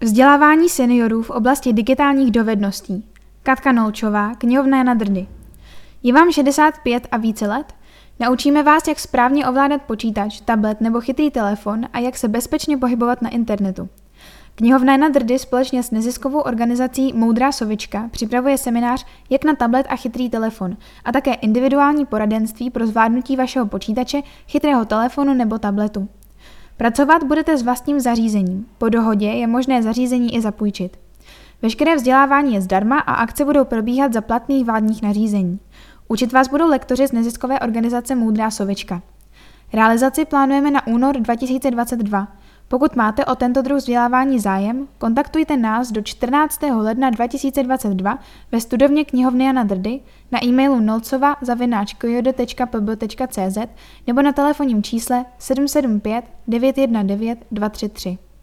Vzdělávání seniorů v oblasti digitálních dovedností. Katka Nolčová, knihovna Jana Drdy. Je vám 65 a více let? Naučíme vás, jak správně ovládat počítač, tablet nebo chytrý telefon a jak se bezpečně pohybovat na internetu. Knihovna Jana Drdy společně s neziskovou organizací Moudrá sovička připravuje seminář Jak na tablet a chytrý telefon a také individuální poradenství pro zvládnutí vašeho počítače, chytrého telefonu nebo tabletu. Pracovat budete s vlastním zařízením. Po dohodě je možné zařízení i zapůjčit. Veškeré vzdělávání je zdarma a akce budou probíhat za platných vládních nařízení. Učit vás budou lektoři z neziskové organizace Moudrá sovička. Realizaci plánujeme na únor 2022. Pokud máte o tento druh vzdělávání zájem, kontaktujte nás do 14. ledna 2022 ve studovně knihovny Jana Drdy na e-mailu nolcova@kjod.pb.cz nebo na telefonním čísle 775 919 233.